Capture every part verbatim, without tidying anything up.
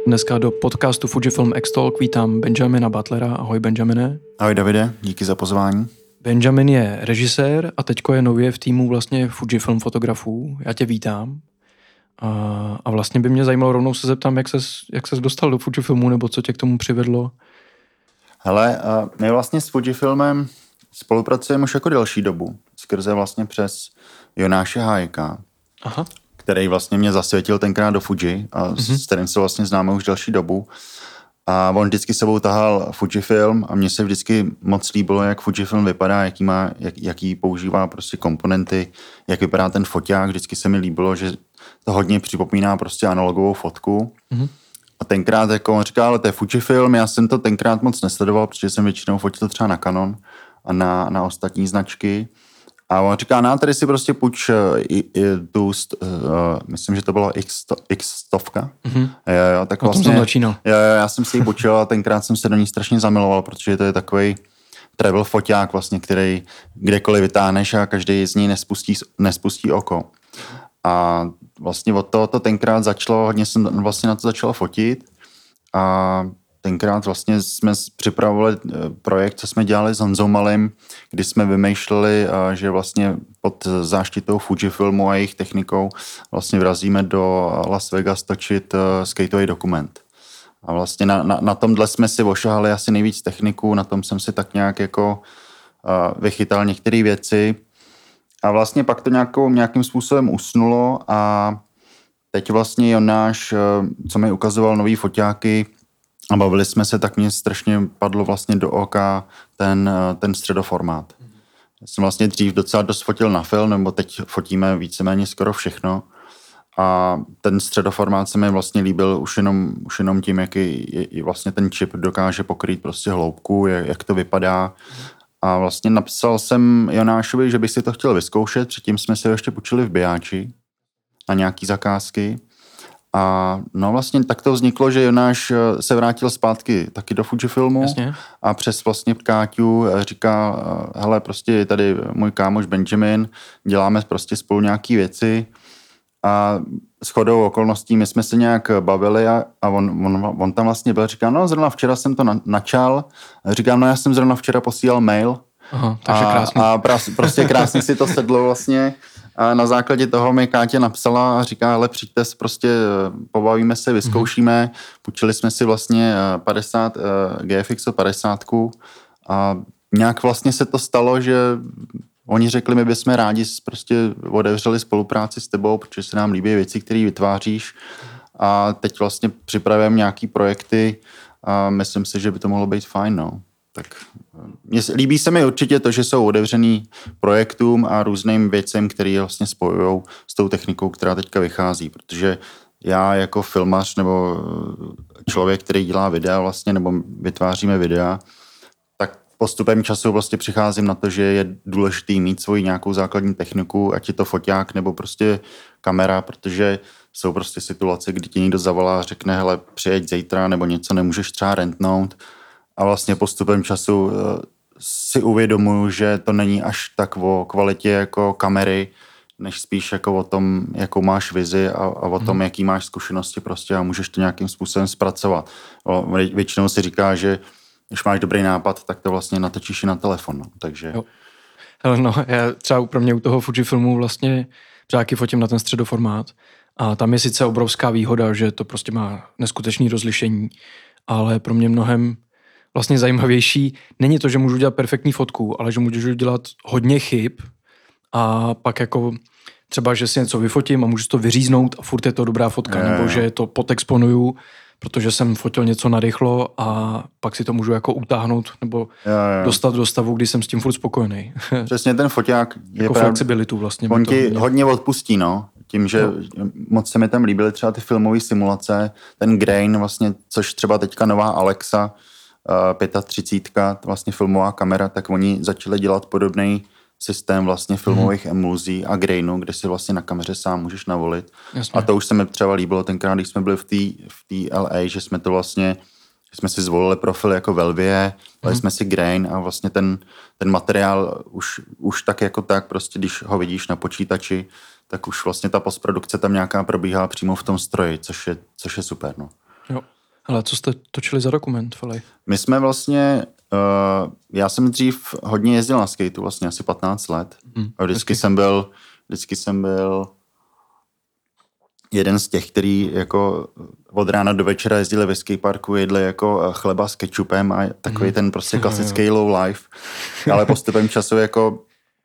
Dneska do podcastu Fujifilm X-Talk vítám Benjamina Butlera. Ahoj Benjamine. Ahoj Davide, díky za pozvání. Benjamin je režisér a teďko je nově v týmu vlastně Fujifilm fotografů. Já tě vítám. A, a vlastně by mě zajímalo, rovnou se zeptám, jak ses, jak ses dostal do Fujifilmu, nebo co tě k tomu přivedlo? Hele, my vlastně s Fujifilmem spolupracujeme už jako delší dobu. Skrze vlastně přes Jonáše Hájka, Aha. který vlastně mě zasvětil tenkrát do Fuji a mm-hmm. s kterým se vlastně známe už delší dobu. A on vždycky sebou tahal Fujifilm a mně se vždycky moc líbilo, jak Fujifilm vypadá, jaký má, jak, jaký používá prostě komponenty, jak vypadá ten foťák. Vždycky se mi líbilo, že to hodně připomíná prostě analogovou fotku. Mm-hmm. A tenkrát jako on říkal, ale to je Fujifilm, já jsem to tenkrát moc nesledoval, protože jsem většinou fotil třeba na Canon a na, na ostatní značky. A on říká, no tady si prostě půjč i, i, tu, uh, myslím, že to bylo X, X stovka. Mm-hmm. Jo, jo, tak vlastně, jsem začínal. Jo, jo, já jsem si ji půjčil a tenkrát jsem se do ní strašně zamiloval, protože to je takovej travel foťák vlastně, který kdekoliv vytáhneš a každý z ní nespustí, nespustí oko. A vlastně od toho to tenkrát začalo, hodně jsem vlastně na to začal fotit a tenkrát vlastně jsme připravovali projekt, co jsme dělali s Honzou Malým, kdy jsme vymýšleli, že vlastně pod záštitou Fujifilmu a jejich technikou vlastně vrazíme do Las Vegas točit skateový dokument. A vlastně na, na, na tomhle jsme si ošahali asi nejvíc techniků, na tom jsem si tak nějak jako vychytal některé věci. A vlastně pak to nějakou, nějakým způsobem usnulo a teď vlastně Jonáš, co mi ukazoval nový foťáky a bavili jsme se, tak mě strašně padlo vlastně do oka ten, ten středoformát. Já jsem vlastně dřív docela dost fotil na film, nebo teď fotíme víceméně skoro všechno. A ten středoformát se mi vlastně líbil už jenom, už jenom tím, jaký je, vlastně ten čip dokáže pokrýt prostě hloubku, jak, jak to vypadá. A vlastně napsal jsem Jonášovi, že bych si to chtěl vyzkoušet, předtím jsme se ještě půjčili v Biáči na nějaký zakázky. A no vlastně tak to vzniklo, že Jonáš se vrátil zpátky taky do Fujifilmu. Jasně. A přes vlastně Káťu říká, hele, prostě je tady můj kámoš Benjamin, děláme prostě spolu nějaký věci a shodou okolností my jsme se nějak bavili a, a on, on, on tam vlastně byl, říká, no zrovna včera jsem to na, načal, říkám, no já jsem zrovna včera posílal mail. Aha, takže a, krásný. a pras, prostě krásně si to sedlo vlastně. A na základě toho mi Kátě napsala a říká, ale přijďte, prostě pobavíme se, vyzkoušíme. Mm-hmm. Půjčili jsme si vlastně padesát G F X padesát a nějak vlastně se to stalo, že oni řekli, my bychom rádi prostě otevřeli spolupráci s tebou, protože se nám líbí věci, které vytváříš a teď vlastně připravujeme nějaký projekty a myslím si, že by to mohlo být fajn, no. Tak mě, líbí se mi určitě to, že jsou otevřený projektům a různým věcem, které vlastně spojujou s tou technikou, která teďka vychází, protože já jako filmař nebo člověk, který dělá videa vlastně, nebo vytváříme videa, tak postupem času vlastně přicházím na to, že je důležitý mít svoji nějakou základní techniku, ať je to foťák nebo prostě kamera, protože jsou prostě situace, kdy ti někdo zavolá a řekne, hele, přijeď zítra nebo něco nemůžeš třeba rentnout. A vlastně postupem času si uvědomuju, že to není až tak o kvalitě jako kamery, než spíš jako o tom, jakou máš vizi a, a o tom, jaký máš zkušenosti prostě a můžeš to nějakým způsobem zpracovat. Většinou si říká, že když máš dobrý nápad, tak to vlastně natočíš i na telefon. No. Takže... Jo. Hele, no, já třeba pro mě u toho Fujifilmu vlastně přáky fotím na ten středoformát a tam je sice obrovská výhoda, že to prostě má neskutečné rozlišení, ale pro mě mnohem vlastně zajímavější není to, že můžu dělat perfektní fotku, ale že můžu dělat hodně chyb a pak jako třeba, že si něco vyfotím a můžu to vyříznout a furt je to dobrá fotka, je, nebo že to potexponuju, protože jsem fotil něco narychlo a pak si to můžu jako utáhnout nebo je, je. dostat do stavu, kdy jsem s tím furt spokojený. Přesně ten foťák je jako právě, flexibilitu vlastně. On ti hodně. hodně odpustí, no. Tím, že no. moc se mi tam líbily třeba ty filmové simulace, ten grain vlastně, což třeba teďka nová Alexa, třicet pět, vlastně filmová kamera, tak oni začali dělat podobný systém vlastně filmových hmm. emulzí a grainu, kde si vlastně na kameře sám můžeš navolit. Jasně. A to už se mi třeba líbilo tenkrát, když jsme byli v té v té L A, že jsme to vlastně, že jsme si zvolili profil jako Velvie, dali hmm. jsme si grain a vlastně ten, ten materiál už, už tak jako tak, prostě když ho vidíš na počítači, tak už vlastně ta postprodukce tam nějaká probíhá přímo v tom stroji, což je, což je super, no. Jo. Ale co jste točili za dokument, Falej? My jsme vlastně, uh, já jsem dřív hodně jezdil na skateu, vlastně asi patnáct let. Hmm, a vždycky jsem byl, vždycky jsem byl jeden z těch, který jako od rána do večera jezdili ve skateparku, jedli jako chleba s kečupem a takový hmm. ten prostě klasický low life. Ale postupem času jako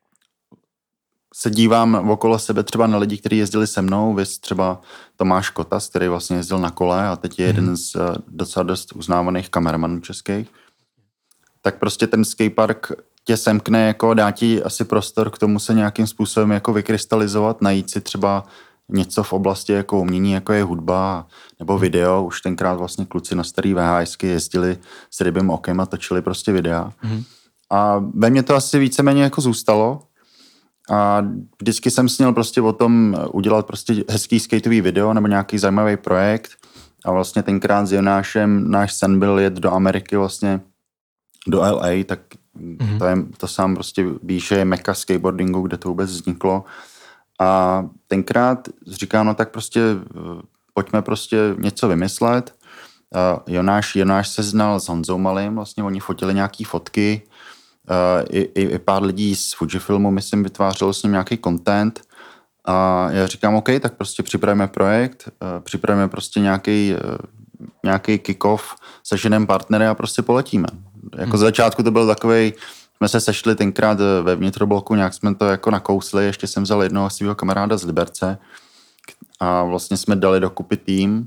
se dívám okolo sebe třeba na lidi, kteří jezdili se mnou, vys třeba Tomáš Kotas, který vlastně jezdil na kole a teď je jeden mm. z docela dost uznávaných kameramanů českých. Tak prostě ten skatepark tě semkne, jako dá ti asi prostor k tomu se nějakým způsobem jako vykrystalizovat, najít si třeba něco v oblasti jako umění, jako je hudba nebo video. Už tenkrát vlastně kluci na starý VHSky jezdili s rybým okem a točili prostě videa. Mm. A ve mně to asi víceméně jako zůstalo. A vždycky jsem sněl prostě o tom udělat prostě hezký skateový video nebo nějaký zajímavý projekt. A vlastně tenkrát s Jonášem náš sen byl jet do Ameriky vlastně do L A, tak mm-hmm. to, je, to sám prostě víš, že je meka skateboardingu, kde to vůbec vzniklo. A tenkrát říkám, no tak prostě pojďme prostě něco vymyslet. A Jonáš, Jonáš se znal s Honzou Malým, vlastně oni fotili nějaký fotky. Uh, i, i, i pár lidí z Fujifilmu, myslím, vytvářelo s ním nějaký content a já říkám, OK, tak prostě připravíme projekt, uh, připravíme prostě nějaký, uh, nějaký kick-off, seženem partnery a prostě poletíme. Jako hmm. z začátku to byl takovej, jsme se sešli tenkrát ve vnitrobloku, nějak jsme to jako nakousli, ještě jsem vzal jednoho svého kamaráda z Liberce a vlastně jsme dali dokupy tým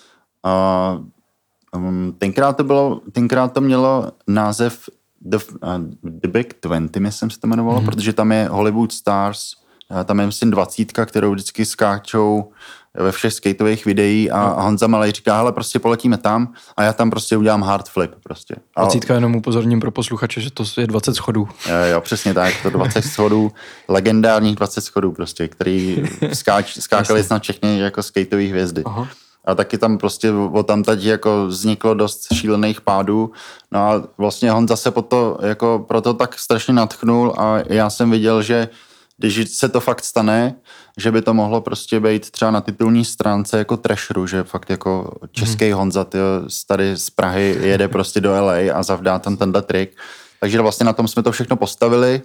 a um, tenkrát to bylo, tenkrát to mělo název The, uh, The Big dvacet, myslím se to jmenovalo, mm-hmm. protože tam je Hollywood Stars, tam je myslím dvacítka, kterou vždycky skáčou ve všech skateových videí a, no. a Honza Malej říká, hele, prostě poletíme tam a já tam prostě udělám hard flip prostě. dvacítka, jenom upozorním pro posluchače, že to je dvacet schodů. Jo, jo, přesně tak, to dvacet schodů, legendárních dvacet schodů prostě, který skáč, skákali snad všechny jako skateové hvězdy. Aha. A taky tam prostě od tam teď jako vzniklo dost šílených pádů. No a vlastně Honza se proto, jako proto tak strašně nadchnul a já jsem viděl, že když se to fakt stane, že by to mohlo prostě být třeba na titulní stránce jako Trasheru, že fakt jako český hmm. Honza tyjo, tady z Prahy jede prostě do L A a zavdá tam tenhle trik. Takže vlastně na tom jsme to všechno postavili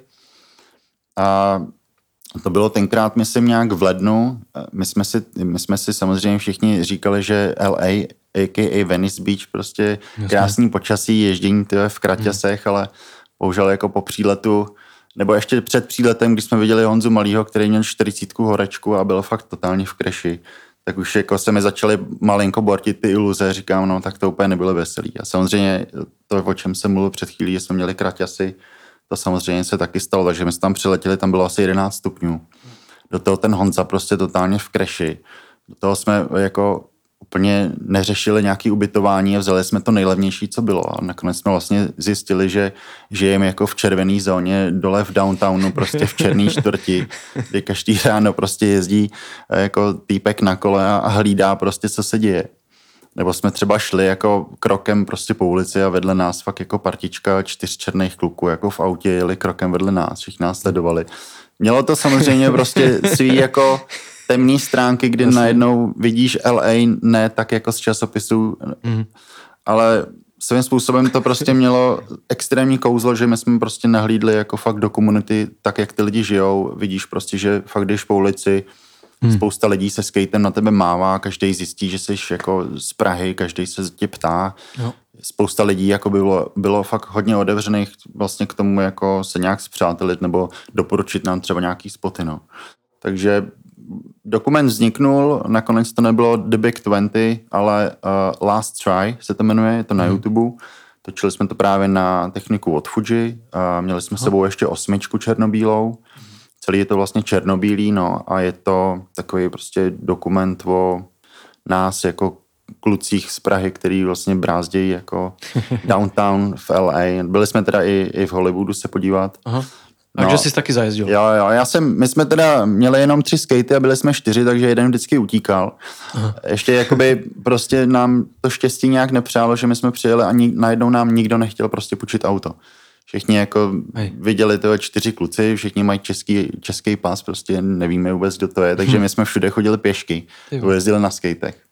a to bylo tenkrát, myslím, nějak v lednu. My jsme si, my jsme si samozřejmě všichni říkali, že L A, a k a. Venice Beach, prostě Jasně. krásný počasí, ježdění tyhle v kraťasech, hmm. ale bohužel jako po příletu, nebo ještě před příletem, když jsme viděli Honzu Malýho, který měl čtyřicítku horečku a byl fakt totálně v kreši, tak už jako se mi začaly malinko bortit ty iluze, říkám, no tak to úplně nebylo veselý. A samozřejmě to, o čem jsem mluvil před chvílí, že jsme měli kraťasy, to samozřejmě se taky stalo, takže my jsme tam přiletěli, tam bylo asi jedenáct stupňů. Do toho ten Honza prostě totálně v kreši. Do toho jsme jako úplně neřešili nějaké ubytování a vzali jsme to nejlevnější, co bylo. A nakonec jsme vlastně zjistili, že žijeme jako v červené zóně dole v downtownu, prostě v černé čtvrti, kdy každý ráno prostě jezdí jako týpek na kole a hlídá prostě, co se děje. Nebo jsme třeba šli jako krokem prostě po ulici a vedle nás fakt jako partička čtyř černých kluků jako v autě jeli krokem vedle nás, všichni nás sledovali. Mělo to samozřejmě prostě svý jako temný stránky, kdy Jasně. najednou vidíš L A ne tak jako z časopisů, mm. ale svým způsobem to prostě mělo extrémní kouzlo, že my jsme prostě nahlídli jako fakt do komunity tak, jak ty lidi žijou. Vidíš prostě, že fakt jdeš po ulici, Hmm. spousta lidí se skatem na tebe mává, každý zjistí, že jsi jako z Prahy, každý se tě ptá. Jo. Spousta lidí jako bylo, bylo fakt hodně otevřených vlastně k tomu jako se nějak spřátelit nebo doporučit nám třeba nějaký spoty. No. Takže dokument vzniknul, nakonec to nebylo The Big dvacet, ale uh, Last Try se to jmenuje, je to na hmm. YouTube. Točili jsme to právě na techniku od Fuji, uh, měli jsme s sebou ještě osmičku černobílou. Celý je to vlastně černobílý, no a je to takový prostě dokument o nás jako klucích z Prahy, který vlastně brázdějí jako downtown v L A. Byli jsme teda i, i v Hollywoodu se podívat. Aha. Takže no, jsi taky zajezdil. Jo, jo, já jsem, my jsme teda měli jenom tři skatey a byli jsme čtyři, takže jeden vždycky utíkal. Aha. Ještě jakoby prostě nám to štěstí nějak nepřálo, že my jsme přijeli a ni, najednou nám nikdo nechtěl prostě půjčit auto. Všichni jako Hej. viděli toho čtyři kluci, všichni mají český, český pás, prostě nevíme vůbec, kdo to je, takže my jsme všude chodili pěšky, jezdili na skatech.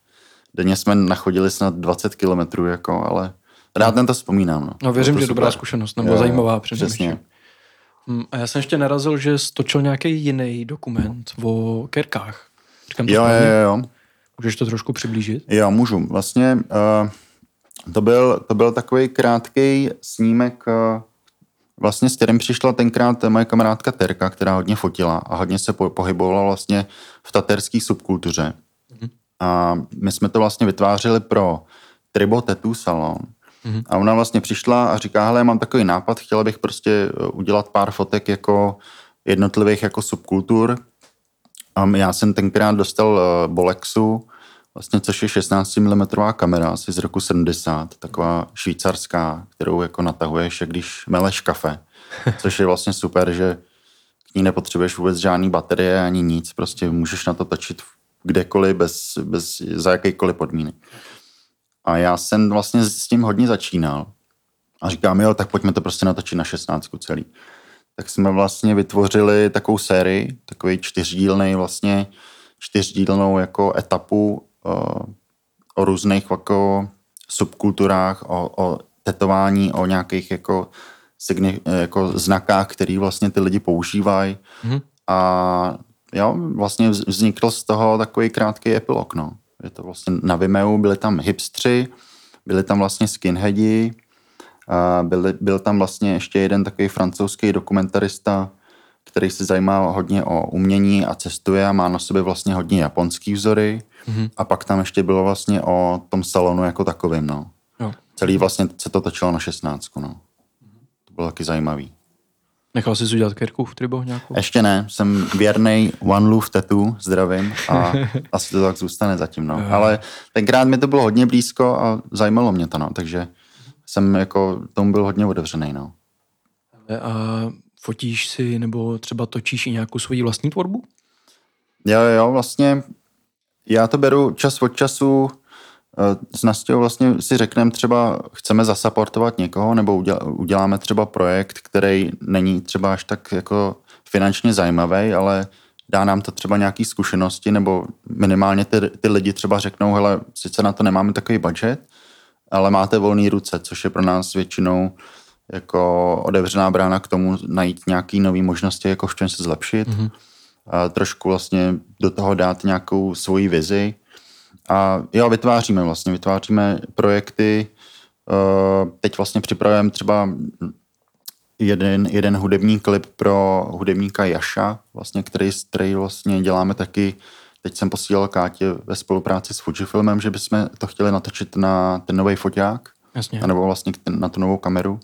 denně jsme nachodili snad dvacet kilometrů, jako, ale rád na to vzpomínám. No, no věřím, to že super. dobrá zkušenost, nebo jo, zajímavá přesně. A já jsem ještě narazil, že stočil nějaký jiný dokument o kerkách. Říkám to jo, správně? jo, jo. Můžeš to trošku přiblížit? Jo, můžu. Vlastně uh, to, byl, to byl takový krátký snímek, uh, vlastně s kterým přišla tenkrát moje kamarádka Terka, která hodně fotila a hodně se po, pohybovala vlastně v taterské subkultuře. Mm-hmm. A my jsme to vlastně vytvářeli pro Tribo Tattoo Salon. Mm-hmm. A ona vlastně přišla a říká, hele, mám takový nápad, chtěla bych prostě udělat pár fotek jako jednotlivých jako subkultur. A já jsem tenkrát dostal uh, Bolexu, vlastně, což je šestnáct milimetrů kamera, asi z roku sedmdesát, taková švýcarská, kterou jako natahuješ, jak když meleš kafe, což je vlastně super, že k ní nepotřebuješ vůbec žádný baterie ani nic, prostě můžeš na to točit kdekoliv, bez, bez, za jakýkoliv podmínek. A já jsem vlastně s tím hodně začínal a říkám, jo, tak pojďme to prostě natočit na šestnáctku celý. Tak jsme vlastně vytvořili takovou sérii, takový čtyřdílnej vlastně, čtyřdílnou jako etapu o, o různých jako subkulturách, o, o tetování, o nějakých jako, signi, jako znakách, který vlastně ty lidi používají. Mm-hmm. A jo, vlastně vznikl z toho takový krátký epilog, no. Je to vlastně na Vimeo, byli tam hipstři, byli tam vlastně skinheadi, byl, byl tam vlastně ještě jeden takový francouzský dokumentarista, který se zajímá hodně o umění a cestuje a má na sobě vlastně hodně japonský vzory. Mm-hmm. A pak tam ještě bylo vlastně o tom salonu jako takovým, no. Jo. Celý vlastně se to točilo na šestnáctku, no. To bylo taky zajímavý. Nechal jsi udělat kerku v Tribo nějakou? Ještě ne, jsem věrnej One Love Tattoo, zdravím, a asi to tak zůstane zatím, no. Ale tenkrát mi to bylo hodně blízko a zajímalo mě to, no, takže jsem jako tomu byl hodně otevřený, no. A fotíš si nebo třeba točíš i nějakou svoji vlastní tvorbu? Jo, jo, vlastně já to beru čas od času, s Nastějou vlastně si řekneme třeba, chceme zasupportovat někoho, nebo uděláme třeba projekt, který není třeba až tak jako finančně zajímavý, ale dá nám to třeba nějaký zkušenosti, nebo minimálně ty, ty lidi třeba řeknou, hele, sice na to nemáme takový budget, ale máte volné ruce, což je pro nás většinou jako otevřená brána k tomu najít nějaký nový možnosti, jako v čem se zlepšit. Mm-hmm. A trošku vlastně do toho dát nějakou svoji vizi. A jo, vytváříme vlastně, vytváříme projekty. Teď vlastně připravujeme třeba jeden, jeden hudební klip pro hudebníka Jaša, vlastně, který, který vlastně děláme taky. Teď jsem posílal Kátě ve spolupráci s Fujifilmem, že bychom to chtěli natočit na ten nový foťák. Jasně. Nebo vlastně na tu novou kameru.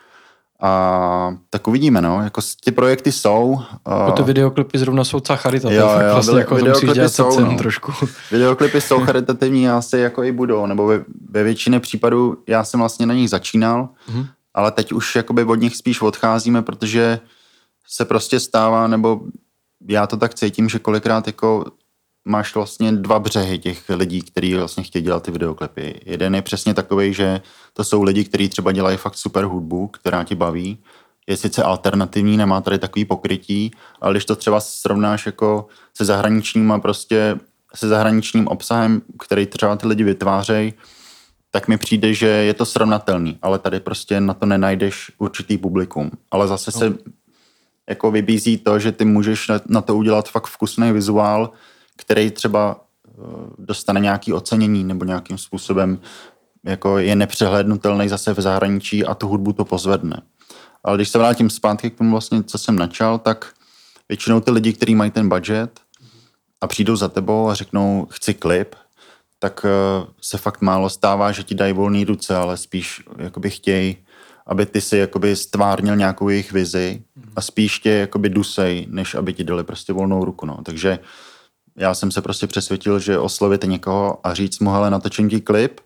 A tak uvidíme, no. Jako ty projekty jsou. Jako ty videoklipy zrovna jsou docela charitativní. Jo, jo, vlastně jako videoklipy jsou, no. trošku. Videoklipy jsou charitativní a asi jako i budou. Nebo ve, ve většině případů já jsem vlastně na nich začínal, mm-hmm. ale teď už jakoby od nich spíš odcházíme, protože se prostě stává, nebo já to tak cítím, že kolikrát jako máš vlastně dva břehy těch lidí, kteří vlastně chtějí dělat ty videoklipy. Jeden je přesně takovej, že to jsou lidi, kteří třeba dělají fakt super hudbu, která ti baví. Je sice alternativní, nemá tady takový pokrytí, ale když to třeba srovnáš jako se zahraničním a prostě se zahraničním obsahem, který třeba ty lidi vytvářejí, tak mi přijde, že je to srovnatelný, ale tady prostě na to nenajdeš určitý publikum. Ale zase no. se jako vybízí to, že ty můžeš na to udělat fakt vkusný vizuál, který třeba dostane nějaké ocenění nebo nějakým způsobem jako je nepřehlédnutelný zase v zahraničí a tu hudbu to pozvedne. Ale když se vrátím zpátky k tomu vlastně, co jsem načal, tak většinou ty lidi, kteří mají ten budget a přijdou za tebou a řeknou chci klip, tak se fakt málo stává, že ti dají volné ruce, ale spíš jakoby chtějí, aby ty si jakoby stvárnil nějakou jejich vizi a spíš tě jakoby dusej, než aby ti dali prostě volnou ruku. No. Takže já jsem se prostě přesvědčil, že oslovit někoho a říct mu, hele, natočím ti klip,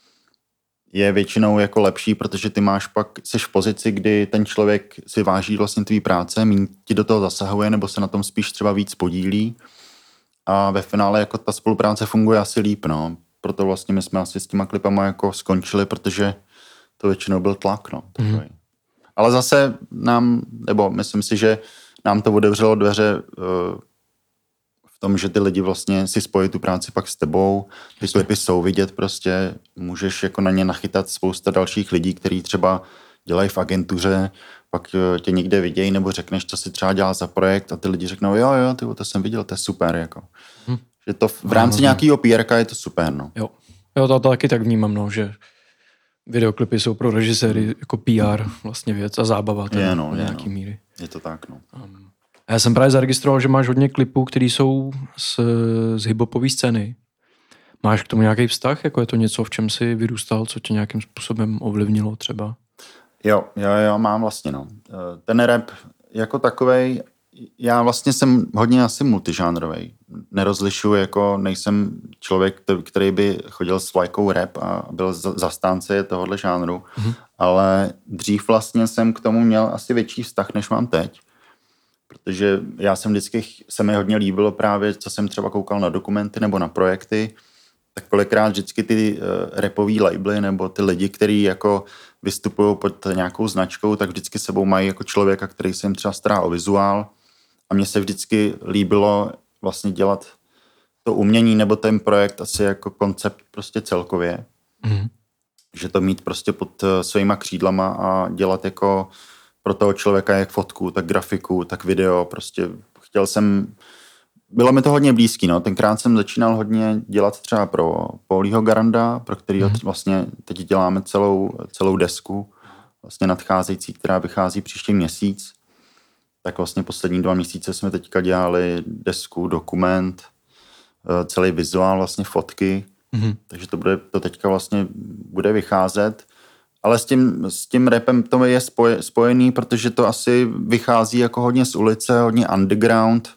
je většinou jako lepší, protože ty máš pak, jsi v pozici, kdy ten člověk si váží vlastně tvý práce, míň ti do toho zasahuje, nebo se na tom spíš třeba víc podílí. A ve finále jako ta spolupráce funguje asi líp, no. Proto vlastně my jsme asi s těma klipama jako skončili, protože to většinou byl tlak, no. Mm. Ale zase nám, nebo myslím si, že nám to otevřelo dveře uh, v tom, že ty lidi vlastně si spojí tu práci pak s tebou, ty klipy jsou vidět prostě, můžeš jako na ně nachytat spousta dalších lidí, kteří třeba dělají v agentuře, pak tě někde vidějí, nebo řekneš, co si třeba dělal za projekt a ty lidi řeknou, jo, jo, ty, to jsem viděl, to je super, jako. Hm. Že to v rámci no, nějakého P R ka je to super, no. Jo, jo to, to taky tak vnímám, no, že videoklipy jsou pro režiséry jako P R vlastně věc a zábava ten, je, no, na je, nějaký no. míry. Je to tak, no. Um, a já jsem právě zaregistroval, že máš hodně klipů, které jsou z, z hiphopové scény. Máš k tomu nějaký vztah? Jako je to něco, v čem jsi vyrůstal, co tě nějakým způsobem ovlivnilo třeba? Jo, jo, jo, mám vlastně, no. Ten rap jako takovej, já vlastně jsem hodně asi multižánrovej. Nerozlišuji, jako nejsem člověk, který by chodil s vlajkou rap a byl zastánce tohohle žánru, mm-hmm. ale dřív vlastně jsem k tomu měl asi větší vztah, než mám teď. Protože já jsem vždycky, se mi hodně líbilo právě, co jsem třeba koukal na dokumenty nebo na projekty, tak kolikrát vždycky ty uh, rapový labely nebo ty lidi, kteří jako vystupují pod nějakou značkou, tak vždycky sebou mají jako člověka, který se jim třeba stará o vizuál. A mně se vždycky líbilo vlastně dělat to umění nebo ten projekt asi jako koncept prostě celkově. Mm. Že to mít prostě pod uh, svýma křídlama a dělat jako pro toho člověka jak fotku, tak grafiku, tak video. Prostě chtěl jsem... Bylo mi to hodně blízký, no. Tenkrát jsem začínal hodně dělat třeba pro Paulího Garanda, pro kterýho mm-hmm. vlastně teď děláme celou, celou desku, vlastně nadcházející, která vychází příští měsíc. Tak vlastně poslední dva měsíce jsme teďka dělali desku, dokument, celý vizuál, vlastně fotky, mm-hmm. takže to bude, to teďka vlastně bude vycházet. Ale s tím, s tím rapem to je spoje, spojený, protože to asi vychází jako hodně z ulice, hodně underground.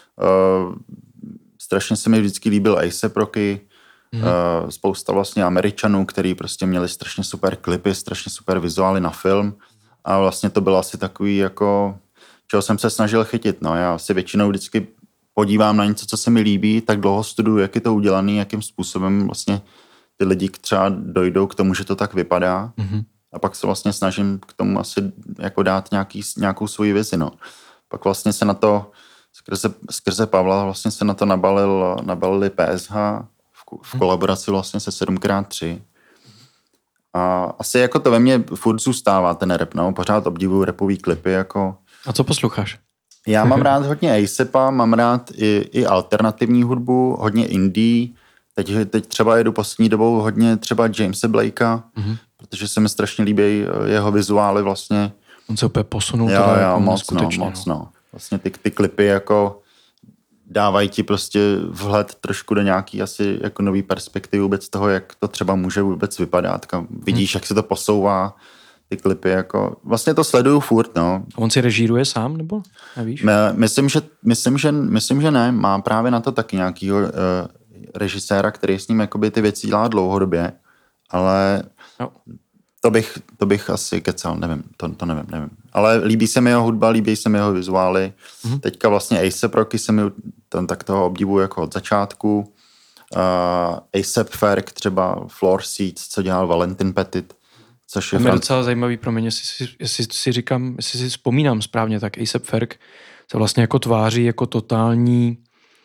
Uh, strašně se mi vždycky líbil A$ej ep Rocky, mm. uh, spousta vlastně Američanů, který prostě měli strašně super klipy, strašně super vizuály na film a vlastně to bylo asi takový jako, čeho jsem se snažil chytit, no já si většinou vždycky podívám na něco, co se mi líbí, tak dlouho studuju, jak je to udělaný, jakým způsobem vlastně ty lidi třeba dojdou k tomu, že to tak vypadá mm. a pak se vlastně snažím k tomu asi jako dát nějaký, nějakou svoji vizi, no. Pak vlastně se na to Skrze, skrze Pavla vlastně se na to nabalil, nabalili P S H v, v kolaboraci vlastně se sedm krát tři. A asi jako to ve mně furt zůstává ten rap, no, pořád obdivuju rapový klipy, jako. A co posloucháš? Já mám rád hodně A$ej epa, mám rád i, i alternativní hudbu, hodně indie, teď, teď třeba jedu poslední dobou hodně třeba Jamese Blakea, mm-hmm. protože se mi strašně líbí jeho vizuály vlastně. On se úplně posunul. Jo, teda jo, jako moc, no, moc, no. Vlastně ty, ty klipy jako dávají ti prostě vhled trošku do nějaký asi jako nový perspektivy vůbec toho, jak to třeba může vůbec vypadat. Vidíš, hmm. jak se to posouvá, ty klipy jako, vlastně to sleduju furt, no. A on si režíruje sám, nebo? Nevíš? My, myslím, že, myslím, že, myslím, že ne, má právě na to taky nějakýho uh, režiséra, který s ním jakoby ty věci dělá dlouhodobě, ale... No. To bych, to bych asi kecal, nevím, to, to nevím, nevím. Ale líbí se mi jeho hudba, líbí se mi jeho vizuály. Mm-hmm. Teďka vlastně A$ej ep Rocky se mi, ten, tak toho obdivuju jako od začátku. Uh, A$ej ep Ferg, třeba Floor Seats, co dělal Valentin Petit, což je... To je docela zajímavý, promiň, jestli si, jestli si říkám, jestli si vzpomínám správně, tak A$ej ep Ferg se vlastně jako tváří jako totální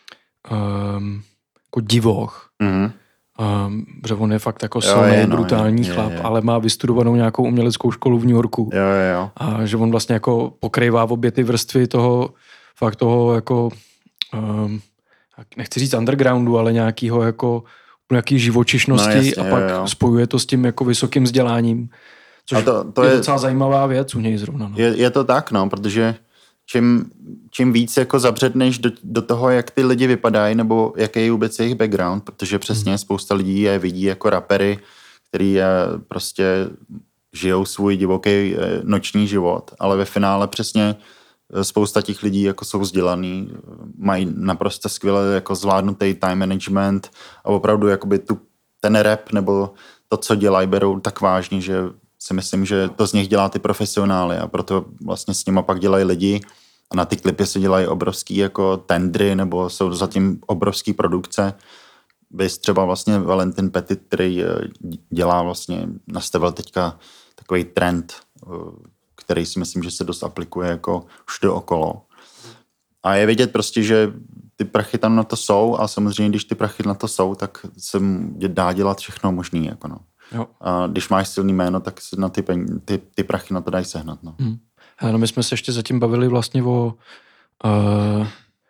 um, jako divoch. Mm-hmm. Um, protože on je fakt jako silný, no, brutální je, chlap, je, je. ale má vystudovanou nějakou uměleckou školu v New Yorku. Jo, jo, jo. A že on vlastně jako pokrývá v obě ty vrstvy toho, fakt toho jako, um, nechci říct undergroundu, ale nějakýho jako, nějaký živočišnosti no, jasně, a pak jo, jo. spojuje to s tím jako vysokým vzděláním. Což to, to je, je docela zajímavá věc u něj zrovna. No. Je, je to tak, no, protože čím, čím víc jako zabředneš do, do toho, jak ty lidi vypadají, nebo jaký je vůbec jejich background, protože přesně hmm. spousta lidí je vidí jako rapery, který je prostě žijou svůj divoký noční život, ale ve finále přesně spousta těch lidí jako jsou vzdělaný, mají naprosto skvěle jako zvládnutý time management a opravdu jakoby tu, ten rap nebo to, co dělají, berou tak vážně, že si myslím, že to z nich dělá ty profesionály a proto vlastně s nima pak dělají lidi a na ty klipy se dělají obrovský jako tendry nebo jsou zatím obrovský produkce. Vys třeba vlastně Valentin Petit, který dělá vlastně, nastavil teďka takový trend, který si myslím, že se dost aplikuje jako všude okolo. A je vidět prostě, že ty prachy tam na to jsou a samozřejmě, když ty prachy na to jsou, tak se dá dělat všechno možný. Jako no. Jo. A když máš silný jméno, tak se na ty, peň, ty, ty prachy na to dají sehnat. No. Hmm. No, my jsme se ještě zatím bavili vlastně o, uh,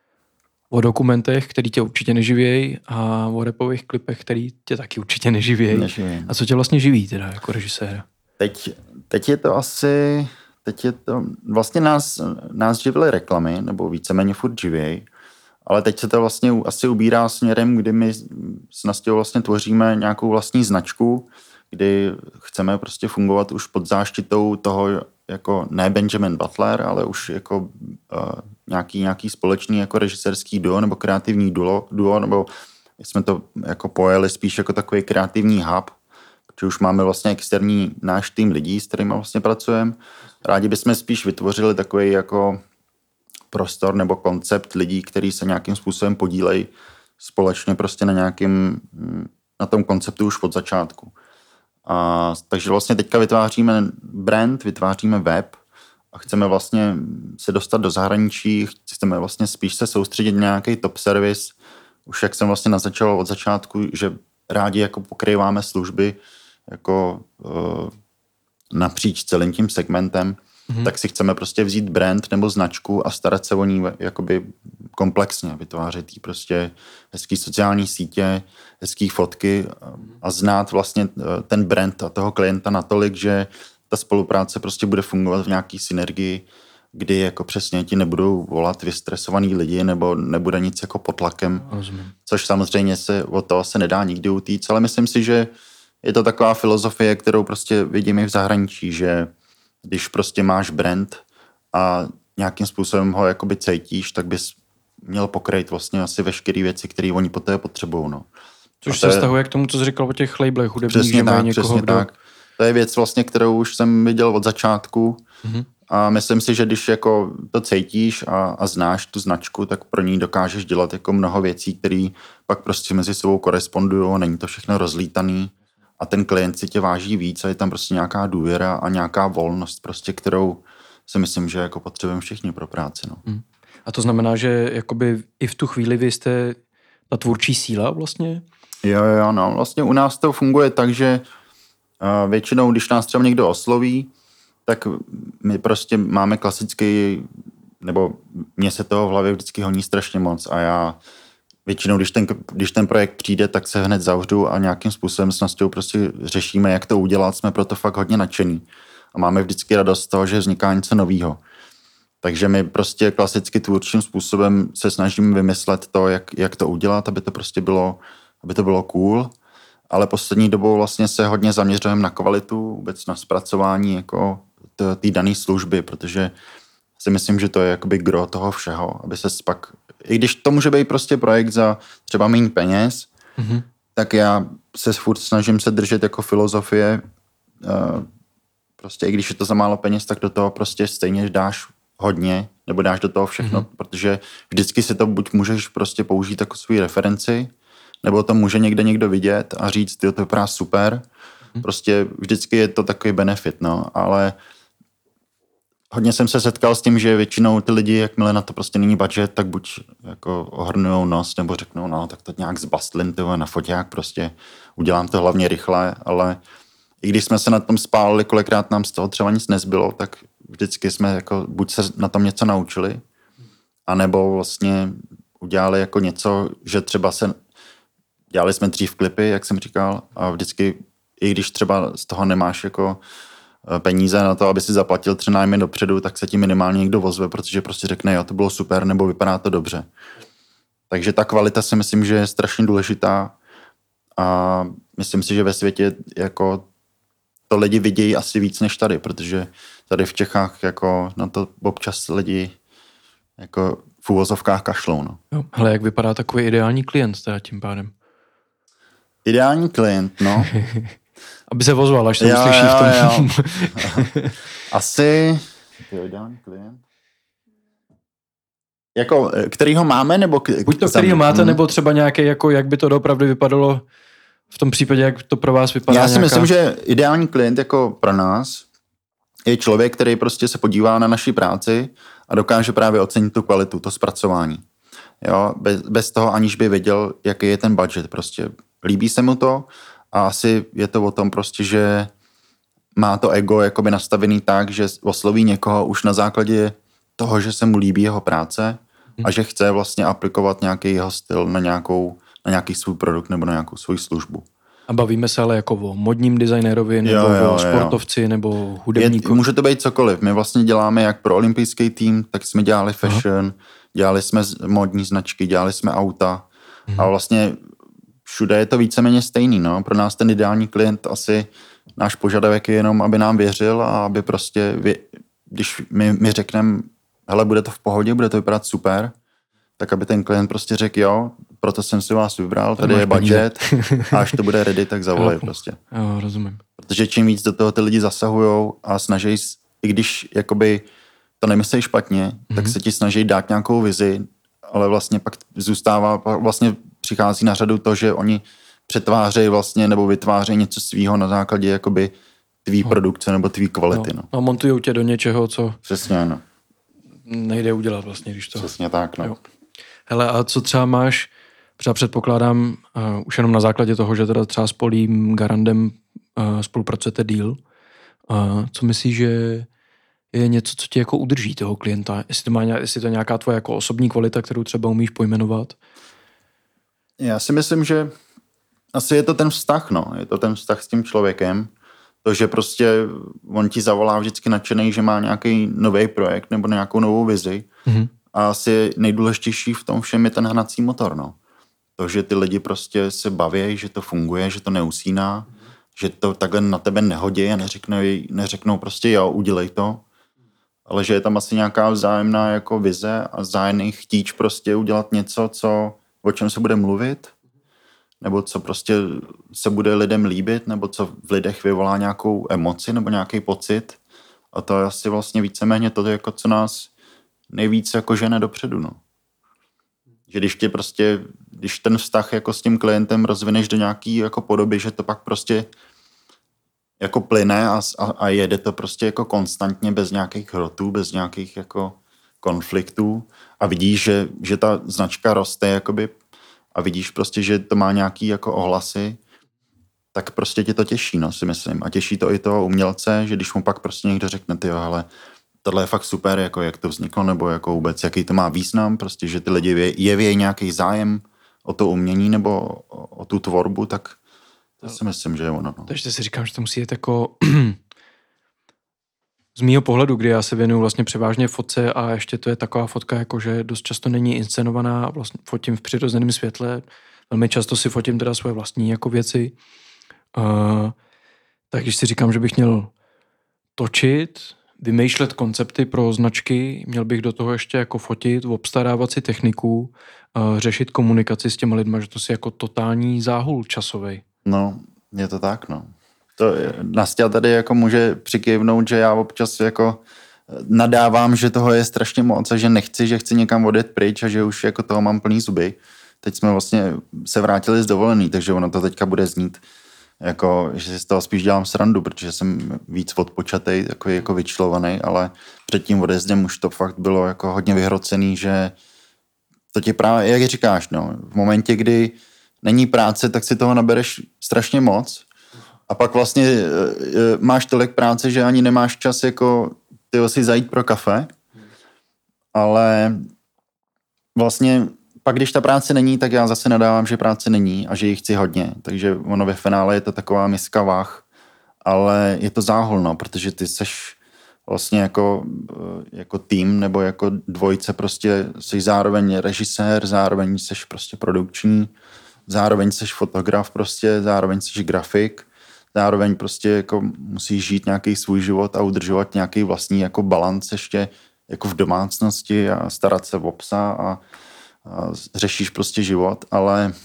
o dokumentech, který tě určitě neživějí a o rapových klipech, který tě taky určitě neživějí. Neživěj. A co tě vlastně živí teda jako režiséra? Teď, teď je to asi, teď je to, vlastně nás, nás živily reklamy, nebo víceméně furt živěj, ale teď se to vlastně asi ubírá směrem, kdy my s Nastějou vlastně tvoříme nějakou vlastní značku, kdy chceme prostě fungovat už pod záštitou toho, jako ne Benjamin Butler, ale už jako uh, nějaký, nějaký společný jako režisérský duo nebo kreativní duo, duo, nebo jsme to jako pojeli spíš jako takový kreativní hub, protože už máme vlastně externí náš tým lidí, s kterými vlastně pracujeme. Rádi bychom spíš vytvořili takový jako prostor nebo koncept lidí, kteří se nějakým způsobem podílejí společně prostě na nějakým, na tom konceptu už od začátku. A, takže vlastně teďka vytváříme brand, vytváříme web a chceme vlastně se dostat do zahraničí, chceme vlastně spíš se soustředit na nějaký top service. Už jak jsem vlastně naznačoval od začátku, že rádi jako pokrýváme služby jako uh, napříč celým tím segmentem, mm-hmm. tak si chceme prostě vzít brand nebo značku a starat se o ní jakoby komplexně, vytvářet jí prostě hezký sociální sítě, hezký fotky a znát vlastně ten brand a toho klienta natolik, že ta spolupráce prostě bude fungovat v nějaký synergii, kdy jako přesně ti nebudou volat vystresovaný lidi nebo nebude nic jako pod tlakem, Rozumím. Což samozřejmě se od toho se nedá nikdy utíct, ale myslím si, že je to taková filozofie, kterou prostě vidím i v zahraničí, že když prostě máš brand a nějakým způsobem ho jakoby cítíš, tak bys měl pokrýt vlastně asi veškeré věci, které oni po té potřebují. No. Což se vztahuje k tomu, co jsi říkal o těch labelech hudebních, přesně že tak, mají někoho, přesně kdo... tak. To je věc vlastně, kterou už jsem viděl od začátku mm-hmm. a myslím si, že když jako to cítíš a, a znáš tu značku, tak pro ní dokážeš dělat jako mnoho věcí, které pak prostě mezi sebou korespondují, není to všechno rozlítaný a ten klient si tě váží víc a je tam prostě nějaká důvěra a nějaká volnost, prostě, kterou si myslím, že jako potřebujeme všichni pro práci. No. Mm. A to znamená, že jakoby i v tu chvíli vy jste ta tvůrčí síla vlastně? Jo, jo, no. Vlastně u nás to funguje tak, že uh, většinou, když nás třeba někdo osloví, tak my prostě máme klasický, nebo mně se toho v hlavě vždycky honí strašně moc a já většinou, když ten, když ten projekt přijde, tak se hned zavřu a nějakým způsobem s Nastějou prostě řešíme, jak to udělat, jsme proto fakt hodně nadšený. A máme vždycky radost z toho, že vzniká něco novýho. Takže my prostě klasicky tvůrčím způsobem se snažíme vymyslet to, jak, jak to udělat, aby to prostě bylo, aby to bylo cool. Ale poslední dobou vlastně se hodně zaměřujeme na kvalitu, vůbec na zpracování jako té dané služby, protože si myslím, že to je jakoby gro toho všeho, aby se pak, i když to může být prostě projekt za třeba méně peněz, mm-hmm. tak já se furt snažím se držet jako filozofie, uh, prostě i když je to za málo peněz, tak do toho prostě stejně dáš hodně, nebo dáš do toho všechno, mm-hmm. protože vždycky si to buď můžeš prostě použít jako svou referenci, nebo to může někde někdo vidět a říct, tyjo, to vypadá super. Mm-hmm. Prostě vždycky je to takový benefit, no, ale hodně jsem se setkal s tím, že většinou ty lidi, jakmile na to prostě není budget, tak buď jako ohrnujou nos, nebo řeknou, no, tak to nějak zbastlím, tyjo, na foťák prostě udělám to hlavně rychle, ale i když jsme se na tom spálili, kolikrát nám z toho třeba nic nezbylo, tak vždycky jsme jako buď se na tom něco naučili, anebo vlastně udělali jako něco, že třeba se dělali jsme dřív klipy, jak jsem říkal, a vždycky, i když třeba z toho nemáš jako peníze na to, aby si zaplatil tři nájmy dopředu, tak se ti minimálně někdo ozve, protože prostě řekne, jo, to bylo super, nebo vypadá to dobře. Takže ta kvalita si myslím, že je strašně důležitá a myslím si, že ve světě jako to lidi vidějí asi víc než tady, protože tady v Čechách jako na to občas lidi jako v úvozovkách kašlou. No. Jo, hele, jak vypadá takový ideální klient teda tím pádem? Ideální klient, no. Aby se ozval, až se jo, uslyší jo, v tom. Jo. Asi ideální klient. Jako, kterýho máme, nebo... K- Buď to, kterýho máte, hmm. nebo třeba nějaký, jako jak by to doopravdy vypadalo v tom případě, jak to pro vás vypadá. Já si nějaká... myslím, že ideální klient jako pro nás je člověk, který prostě se podívá na naši práci a dokáže právě ocenit tu kvalitu, to zpracování. jo, bez, bez toho, aniž by věděl, jaký je ten budget prostě. Líbí se mu to a asi je to o tom prostě, že má to ego jakoby nastavený tak, že osloví někoho už na základě toho, že se mu líbí jeho práce a že chce vlastně aplikovat nějaký jeho styl na, nějakou, na nějaký svůj produkt nebo na nějakou svou službu. A bavíme se ale jako o modním designérovi, nebo jo, jo, o sportovci, jo. nebo hudebníkovi. Může to být cokoliv. My vlastně děláme jak pro olympijský tým, tak jsme dělali fashion, Aha. dělali jsme modní značky, dělali jsme auta mhm. a vlastně všude je to víceméně stejný. No. Pro nás ten ideální klient asi, náš požadavek je jenom, aby nám věřil a aby prostě, když my, my řekneme, hele, bude to v pohodě, bude to vypadat super, tak aby ten klient prostě řekl, jo, proto jsem si vás vybral, tady je budget a až to bude ready, tak zavolej prostě. Jo, rozumím. Protože čím víc do toho ty lidi zasahujou a snaží, i když jakoby to nemyslí špatně, mm-hmm. tak se ti snaží dát nějakou vizi, ale vlastně pak zůstává, vlastně přichází na řadu to, že oni přetvářejí vlastně nebo vytvářejí něco svýho na základě jakoby tvý no. produkce nebo tvý kvality. No. No. A montujou tě do něčeho, co přesně, no. nejde udělat vlastně, když to... Přesně tak, no. Jo. Hele, a co třeba máš, třeba předpokládám, uh, už jenom na základě toho, že teda třeba s Polím Garandem uh, spolupracujete deal, uh, co myslíš, že je něco, co ti jako udrží toho klienta? Jestli to, má, jestli to je nějaká tvoje jako osobní kvalita, kterou třeba umíš pojmenovat? Já si myslím, že asi je to ten vztah, no. Je to ten vztah s tím člověkem. To, že prostě on ti zavolá vždycky nadšený, že má nějaký nový projekt nebo nějakou novou vizi. Mm-hmm. A asi nejdůležitější v tom všem je ten hnací motor, no. To, že ty lidi prostě se baví, že to funguje, že to neusíná, mm. že to takhle na tebe nehodí a neřeknou, neřeknou prostě jo, udělej to, ale že je tam asi nějaká vzájemná jako vize a vzájemný chtíč prostě udělat něco, co, o čem se bude mluvit, nebo co prostě se bude lidem líbit, nebo co v lidech vyvolá nějakou emoci nebo nějaký pocit. A to je asi vlastně víceméně to, jako co nás nejvíc jako žene dopředu, no. Že když tě prostě, když ten vztah jako s tím klientem rozvineš do nějaký jako podoby, že to pak prostě jako plyne a, a, a jede to prostě jako konstantně bez nějakých hrotů, bez nějakých jako konfliktů a vidíš, že, že ta značka roste jakoby a vidíš prostě, že to má nějaký jako ohlasy, tak prostě tě to těší, no, si myslím. A těší to i toho umělce, že když mu pak prostě někdo řekne, tyjo, hele, tohle je fakt super, jako jak to vzniklo, nebo jako vůbec, jaký to má význam, prostě, že ty lidi jeví nějaký zájem o to umění nebo o, o tu tvorbu, tak to si myslím, že je ono. No. Takže si říkám, že to musí jít jako z mýho pohledu, kdy já se věnuju vlastně převážně fotce a ještě to je taková fotka, jako že dost často není inscenovaná, vlastně fotím v přirozeném světle, velmi často si fotím teda svoje vlastní jako věci. Uh, tak když si říkám, že bych měl točit, vymýšlet koncepty pro značky, měl bych do toho ještě jako fotit, obstarávat si techniku, uh, řešit komunikaci s těma lidma, že to si jako totální záhul časovej. No, je to tak, no. To je, Nastia tady jako může přikývnout, že já občas jako nadávám, že toho je strašně moc a že nechci, že chci někam odjet pryč a že už jako toho mám plný zuby. Teď jsme vlastně se vrátili z dovolený, takže ono to teďka bude znít jako, že si z toho spíš dělám srandu, protože jsem víc odpočatej, takový jako vyčilovaný, ale před tím odjezdem už to fakt bylo jako hodně vyhrocený, že to ti právě, jak říkáš, no, v momentě, kdy není práce, tak si toho nabereš strašně moc a pak vlastně e, e, máš tolik práce, že ani nemáš čas jako tyho si zajít pro kafe, ale vlastně pak, když ta práce není, tak já zase nadávám, že práce není a že ji chci hodně. Takže ono ve finále je to taková miska váh, ale je to záhul, no, protože ty seš vlastně jako, jako tým nebo jako dvojice prostě seš zároveň režisér, zároveň seš prostě produkční, zároveň seš fotograf prostě, zároveň seš grafik, zároveň prostě jako musíš žít nějaký svůj život a udržovat nějaký vlastní jako balans ještě jako v domácnosti a starat se o psa a a řešíš prostě život, ale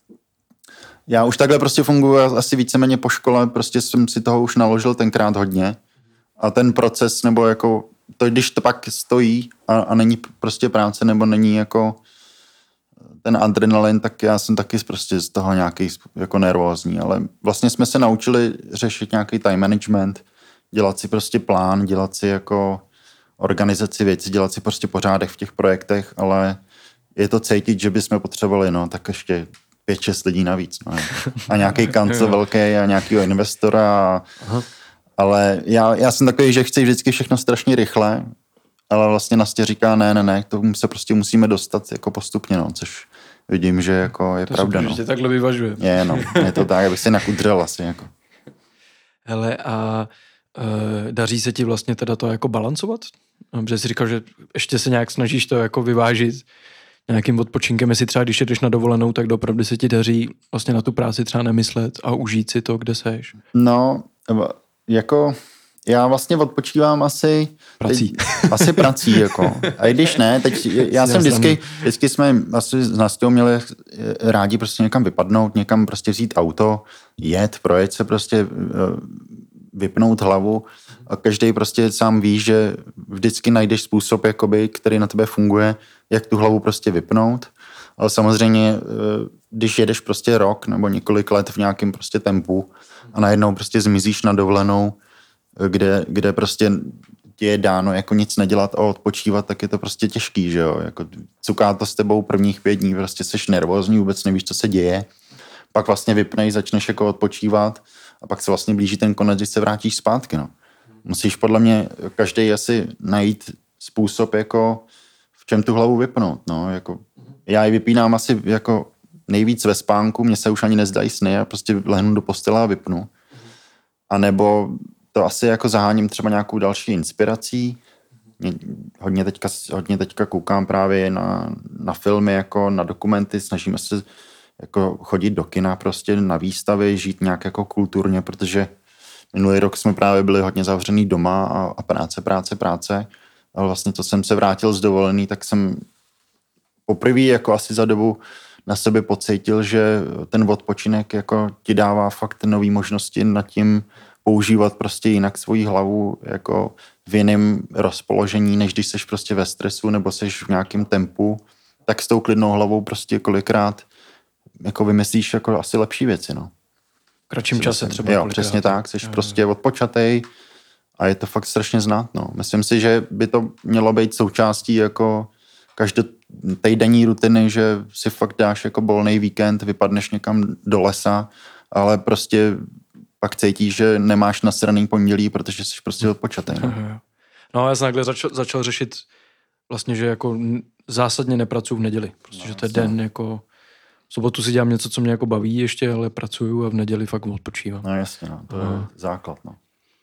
já už takhle prostě funguji asi víceméně po škole, prostě jsem si toho už naložil tenkrát hodně a ten proces, nebo jako to, když to pak stojí a, a není prostě práce, nebo není jako ten adrenalin, tak já jsem taky prostě z toho nějaký jako nervózní, ale vlastně jsme se naučili řešit nějaký time management, dělat si prostě plán, dělat si jako organizaci věcí, dělat si prostě pořádek v těch projektech, ale je to cítit, že bychom potřebovali, no, tak ještě pět, šest lidí navíc. No. A nějaký kancel velký a nějakýho investora. Aha. Ale já, já jsem takový, že chci vždycky všechno strašně rychle, ale vlastně Nastě říká, ne, ne, ne, k tomu se prostě musíme dostat jako postupně, no, což vidím, že jako je to pravda. Super, no. že tě takhle vyvažuje. Je, no, je to tak, abych si nakudřel asi. Jako. Hele, a e, daří se ti vlastně teda to jako balancovat? Protože jsi říkal, že ještě se nějak snažíš to jako vyvážit nějakým odpočinkem, jestli třeba když jdeš na dovolenou, tak opravdu se ti daří vlastně na tu práci třeba nemyslet a užít si to, kde seš. No, jako já vlastně odpočívám asi prací. Teď, asi prací, jako. A i když ne, teď já jsem vždycky, vždycky jsme asi s Nastou měli rádi prostě někam vypadnout, někam prostě vzít auto, jet, projet se prostě, vypnout hlavu a každý prostě sám ví, že vždycky najdeš způsob, jakoby, který na tebe funguje, jak tu hlavu prostě vypnout. Ale samozřejmě, když jedeš prostě rok nebo několik let v nějakém prostě tempu a najednou prostě zmizíš na dovolenou, kde, kde prostě ti je dáno jako nic nedělat a odpočívat, tak je to prostě těžký, že jo. Jako cuká to s tebou prvních pět dní, prostě seš nervózní, vůbec nevíš, co se děje. Pak vlastně vypnej, začneš jako odpočívat a pak se vlastně blíží ten konec, když se vrátíš zpátky, no. Musíš podle mě každý asi najít způsob, jako v čem tu hlavu vypnout, no. Jako, já ji vypínám asi jako nejvíc ve spánku, mně se už ani nezdají sny, já prostě lehnu do postele a vypnu. A nebo to asi jako zaháním třeba nějakou další inspirací. Hodně teďka, hodně teďka koukám právě na, na filmy, jako na dokumenty, snažíme se jako chodit do kina prostě na výstavy, žít nějak jako kulturně, protože minulý rok jsme právě byli hodně zavřený doma a, a práce, práce, práce. Ale vlastně to jsem se vrátil z dovolený, tak jsem poprvé jako asi za dobu na sebe pocítil, že ten odpočinek jako ti dává fakt nový možnosti nad tím používat prostě jinak svoji hlavu jako v jiném rozpoložení, než když seš prostě ve stresu nebo seš v nějakém tempu, tak s tou klidnou hlavou prostě kolikrát jako vymyslíš jako asi lepší věci, no. V kratším čase třeba. Jo, přesně tak, seš jo, prostě odpočatej a je to fakt strašně znát, no. Myslím si, že by to mělo být součástí jako každotýdenní rutiny, že si fakt dáš jako volný víkend, vypadneš někam do lesa, ale prostě pak cítíš, že nemáš nasraný pondělí, protože jsi prostě odpočatý. No, no já jsem takhle začal, začal řešit vlastně, že jako zásadně nepracuju v neděli. Prostě, no, že to je den jako... V sobotu si dělám něco, co mě jako baví ještě, ale pracuju a v neděli fakt odpočívám. No jasně, no, to no. je základ, no.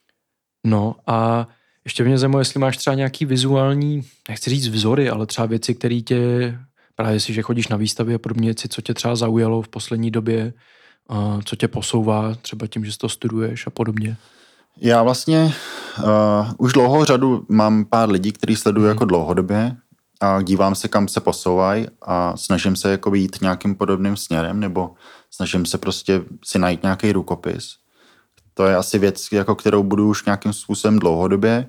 No a ještě mě zajímalo, jestli máš třeba nějaký vizuální, nechci říct vzory, ale třeba věci, které tě, právě si, že chodíš na výstavy a podobně věci, co tě třeba zaujalo v poslední době, a co tě posouvá, třeba tím, že to studuješ a podobně? Já vlastně uh, už dlouhou řadu mám pár lidí, který sleduju hmm. jako dlouhodobě a dívám se, kam se posouvají a snažím se jako jít nějakým podobným směrem nebo snažím se prostě si najít nějaký rukopis. To je asi věc, jako kterou budu už nějakým způsobem dlouhodobě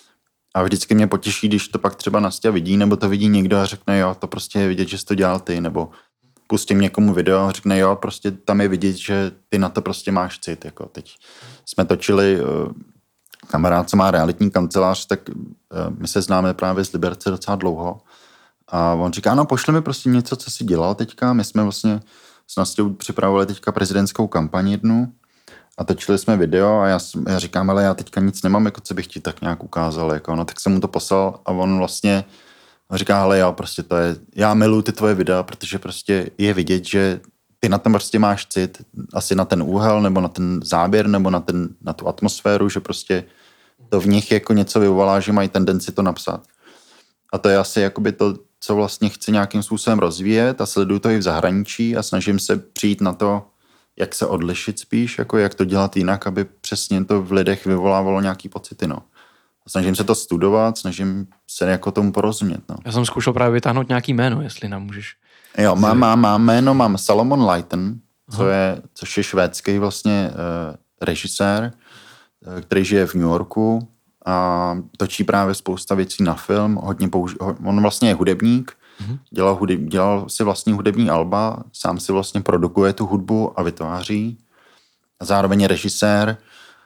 a vždycky mě potěší, když to pak třeba Nastě vidí nebo to vidí někdo a řekne, jo, to prostě je vidět, že jsi to dělal ty, nebo pustím někomu video a řekne, jo, prostě tam je vidět, že ty na to prostě máš cit. Jako teď jsme točili, kamarád, co má realitní kancelář, tak my se známe právě z Liberce docela dlouho. A on říká, no pošli mi prostě něco, co jsi dělal teďka. My jsme vlastně s Nastou připravovali teďka prezidentskou kampaň jednu a točili jsme video a já, já říkám, ale já teďka nic nemám, jako co bych ti tak nějak ukázal. Jako, no tak jsem mu to poslal a on vlastně a říká, hele jo, prostě to je, já miluji ty tvoje videa, protože prostě je vidět, že ty na tom prostě máš cit, asi na ten úhel, nebo na ten záběr, nebo na, ten, na tu atmosféru, že prostě to v nich jako něco vyvolá, že mají tendenci to napsat. A to je asi jakoby to, co vlastně chci nějakým způsobem rozvíjet a sleduju to i v zahraničí a snažím se přijít na to, jak se odlišit spíš, jako jak to dělat jinak, aby přesně to v lidech vyvolávalo nějaký pocity, no. Snažím se to studovat, snažím se jako tomu porozumět. No. Já jsem zkoušel právě vytáhnout nějaký jméno, jestli nám můžeš. Jo, mám, mám, mám jméno, mám Salomon Leiten, co je, což je švédský vlastně uh, režisér, uh, který žije v New Yorku a točí právě spousta věcí na film. Hodně použi- on vlastně je hudebník, uh-huh. dělal, hudeb, dělal si vlastní hudební alba, sám si vlastně produkuje tu hudbu a vytváří. A zároveň je režisér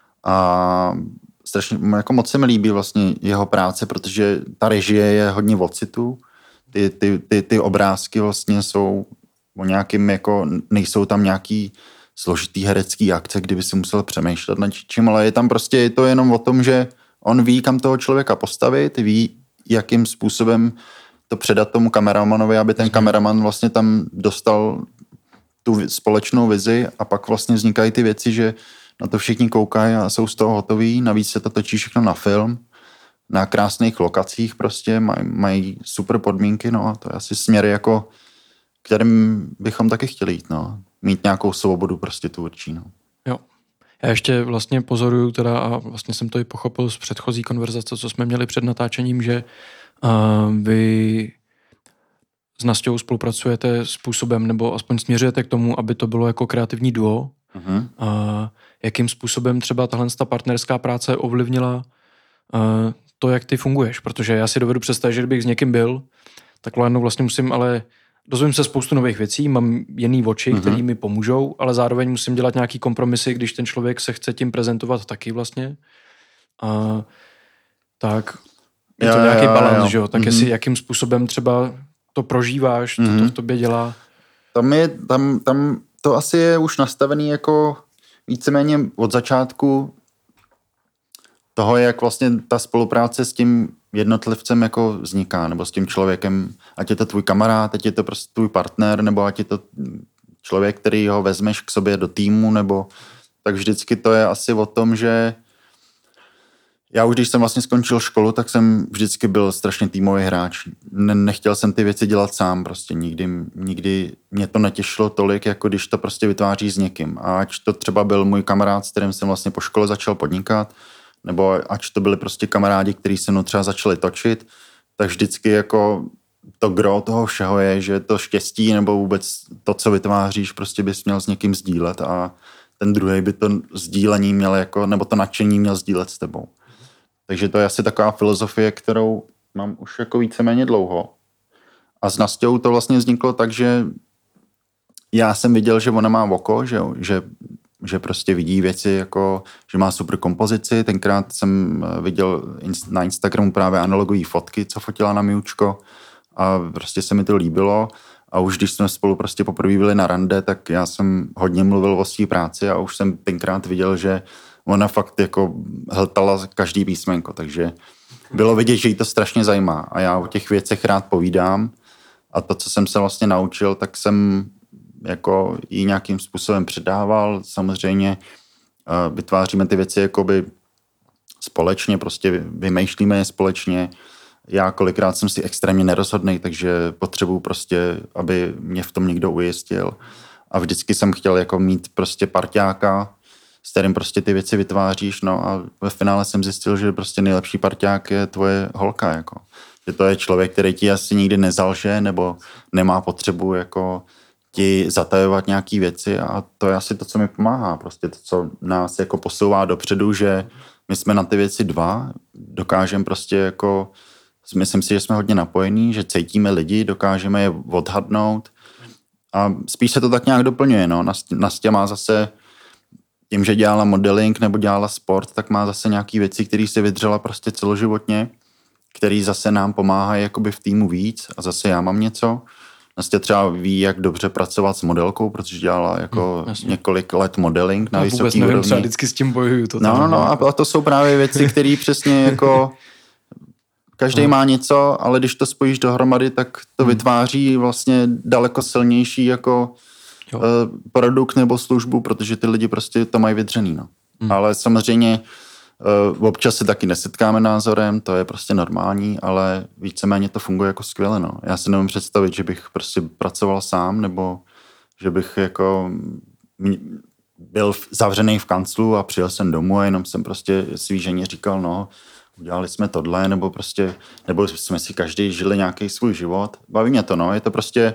a strašně, jako moc se mi líbí vlastně jeho práce, protože ta režie je hodně o citu, ty, ty, ty, ty obrázky vlastně jsou o nějakým, jako nejsou tam nějaký složitý herecký akce, kdyby si musel přemýšlet nad čím, ale je tam prostě je to jenom o tom, že on ví, kam toho člověka postavit, ví, jakým způsobem to předat tomu kameramanovi, aby ten kameraman vlastně tam dostal tu společnou vizi a pak vlastně vznikají ty věci, že na to všichni koukají a jsou z toho hotoví, navíc se to točí všechno na film, na krásných lokacích prostě, maj, mají super podmínky, no a to je asi směr jako, kterým bychom taky chtěli jít, no. Mít nějakou svobodu prostě tvůrčí, no. Jo. Já ještě vlastně pozoruju teda a vlastně jsem to i pochopil z předchozí konverzace, co jsme měli před natáčením, že uh, vy s Nastějou spolupracujete způsobem, nebo aspoň směřujete k tomu, aby to bylo jako kreativní duo. Uh-huh. A jakým způsobem třeba tahle partnerská práce ovlivnila uh, to, jak ty funguješ, protože já si dovedu představit, že kdybych s někým byl, tak najednou vlastně musím, ale dozvím se spoustu nových věcí, mám jiný oči, uh-huh. který mi pomůžou, ale zároveň musím dělat nějaký kompromisy, když ten člověk se chce tím prezentovat taky vlastně. A tak je to jo, nějaký balans, že jo? Tak uh-huh. jestli jakým způsobem třeba to prožíváš, uh-huh. to, to v tobě dělá. Tam je, tam, tam to asi je už nastavený jako víceméně od začátku toho, jak vlastně ta spolupráce s tím jednotlivcem jako vzniká, nebo s tím člověkem, ať je to tvůj kamarád, ať je to prostě tvůj partner, nebo ať je to člověk, který ho vezmeš k sobě do týmu, nebo tak vždycky to je asi o tom, že já už, když jsem vlastně skončil školu, tak jsem vždycky byl strašně týmový hráč. Ne, nechtěl jsem ty věci dělat sám prostě. Nikdy, nikdy mě to netěšilo tolik, jako když to prostě vytváří s někým. A ať to třeba byl můj kamarád, s kterým jsem vlastně po škole začal podnikat, nebo ať to byli prostě kamarádi, kteří se mnou třeba začali točit, tak vždycky jako to gro toho všeho je, že to štěstí nebo vůbec to, co vytváříš, prostě bys měl s někým sdílet a ten druhý by to sdílení měl jako, nebo to nadšení měl sdílet s tebou. Takže to je asi taková filozofie, kterou mám už jako víceméně dlouho. A s Nastějou to vlastně vzniklo tak, že já jsem viděl, že ona má oko, že, že, že prostě vidí věci jako, že má super kompozici. Tenkrát jsem viděl na Instagramu právě analogové fotky, co fotila na Miučko a prostě se mi to líbilo. A už když jsme spolu prostě poprvé byli na rande, tak já jsem hodně mluvil o své práci a už jsem tenkrát viděl, že ona fakt jako hltala každý písmenko, takže bylo vidět, že jí to strašně zajímá a já o těch věcech rád povídám a to, co jsem se vlastně naučil, tak jsem jako jí nějakým způsobem předával. Samozřejmě vytváříme ty věci jakoby společně, prostě vymýšlíme je společně. Já kolikrát jsem si extrémně nerozhodnej, takže potřebuji prostě, aby mě v tom někdo ujistil a vždycky jsem chtěl jako mít prostě parťáka, s kterým prostě ty věci vytváříš, no a ve finále jsem zjistil, že prostě nejlepší parťák je tvoje holka, jako. Že to je člověk, který ti asi nikdy nezalže, nebo nemá potřebu jako ti zatajovat nějaký věci a to je asi to, co mi pomáhá, prostě to, co nás jako posouvá dopředu, že my jsme na ty věci dva, dokážeme prostě jako, myslím si, že jsme hodně napojení, že cítíme lidi, dokážeme je odhadnout a spíš se to tak nějak doplňuje, no. Nastě má zase tím, že dělala modeling nebo dělala sport, tak má zase nějaký věci, které si vydřela prostě celoživotně, který zase nám pomáhají jakoby v týmu víc a zase já mám něco. Nastě třeba ví, jak dobře pracovat s modelkou, protože dělala jako hmm, několik let modeling na no, vysoký úrovni. úrovni. Třeba vždycky s tím bojuju. To no, no, no a to jsou právě věci, které přesně jako každý no. má něco, ale když to spojíš dohromady, tak to hmm. vytváří vlastně daleko silnější jako jo. produkt nebo službu, protože ty lidi prostě to mají vydřený. No. Hmm. Ale samozřejmě občas se taky nesetkáme názorem, to je prostě normální, ale víceméně to funguje jako skvěle. No. Já si nevím představit, že bych prostě pracoval sám, nebo že bych jako byl zavřený v kanclu a přijel jsem domů a jenom jsem prostě svý ženě říkal, no, udělali jsme tohle, nebo prostě, nebo jsme si každý žili nějaký svůj život. Baví mě to, no, je to prostě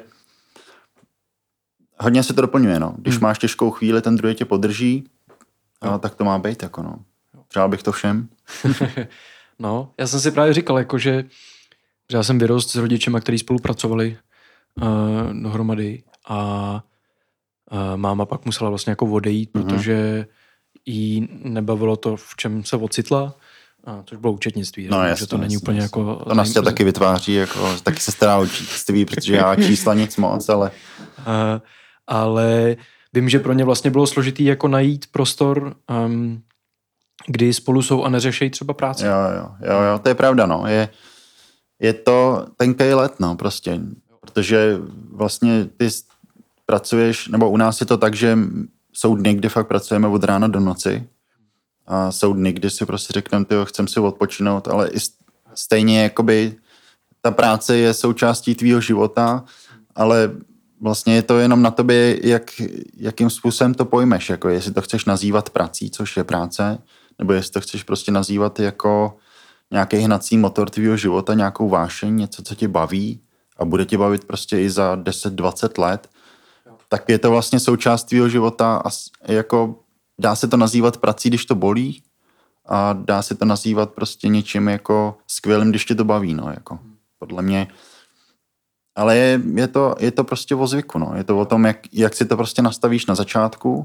hodně se to doplňuje, no. Když hmm. máš těžkou chvíli, ten druhý tě podrží, a tak to má být, jako no. Přál bych to všem. No, já jsem si právě říkal, jako, že, že já jsem vyrost s rodičema, kteří spolupracovali uh, dohromady a uh, máma pak musela vlastně jako odejít, mm-hmm. protože jí nebavilo to, v čem se ocitla. A, což bylo účetnictví, no, že jasný, to není jasný, úplně jasný. jako... To Nastě taky vytváří, jako, taky se stará o účetnictví, protože já čísla nic moc, ale... A, ale vím, že pro ně vlastně bylo složitý jako najít prostor, um, kdy spolu jsou a neřešejí třeba práci. Jo, jo, jo, jo, to je pravda, no. Je, je to tenkej let, no, prostě. Protože vlastně ty pracuješ, nebo u nás je to tak, že jsou dny, kdy fakt pracujeme od rána do noci a jsou dny, kdy si prostě řekneme, tyjo, chcem si odpočinout, ale i stejně jakoby ta práce je součástí tvýho života, ale vlastně je to jenom na tobě, jak, jakým způsobem to pojmeš, jako jestli to chceš nazývat prací, což je práce, nebo jestli to chceš prostě nazývat jako nějaký hnací motor tvýho života, nějakou vášeň, něco, co tě baví a bude tě bavit prostě i za deset dvacet let, tak je to vlastně součást tvýho života a jako dá se to nazývat prací, když to bolí a dá se to nazývat prostě něčím jako skvělým, když tě to baví, no, jako podle mě. Ale je, je, to, je to prostě o zvyku, no. Je to o tom, jak, jak si to prostě nastavíš na začátku.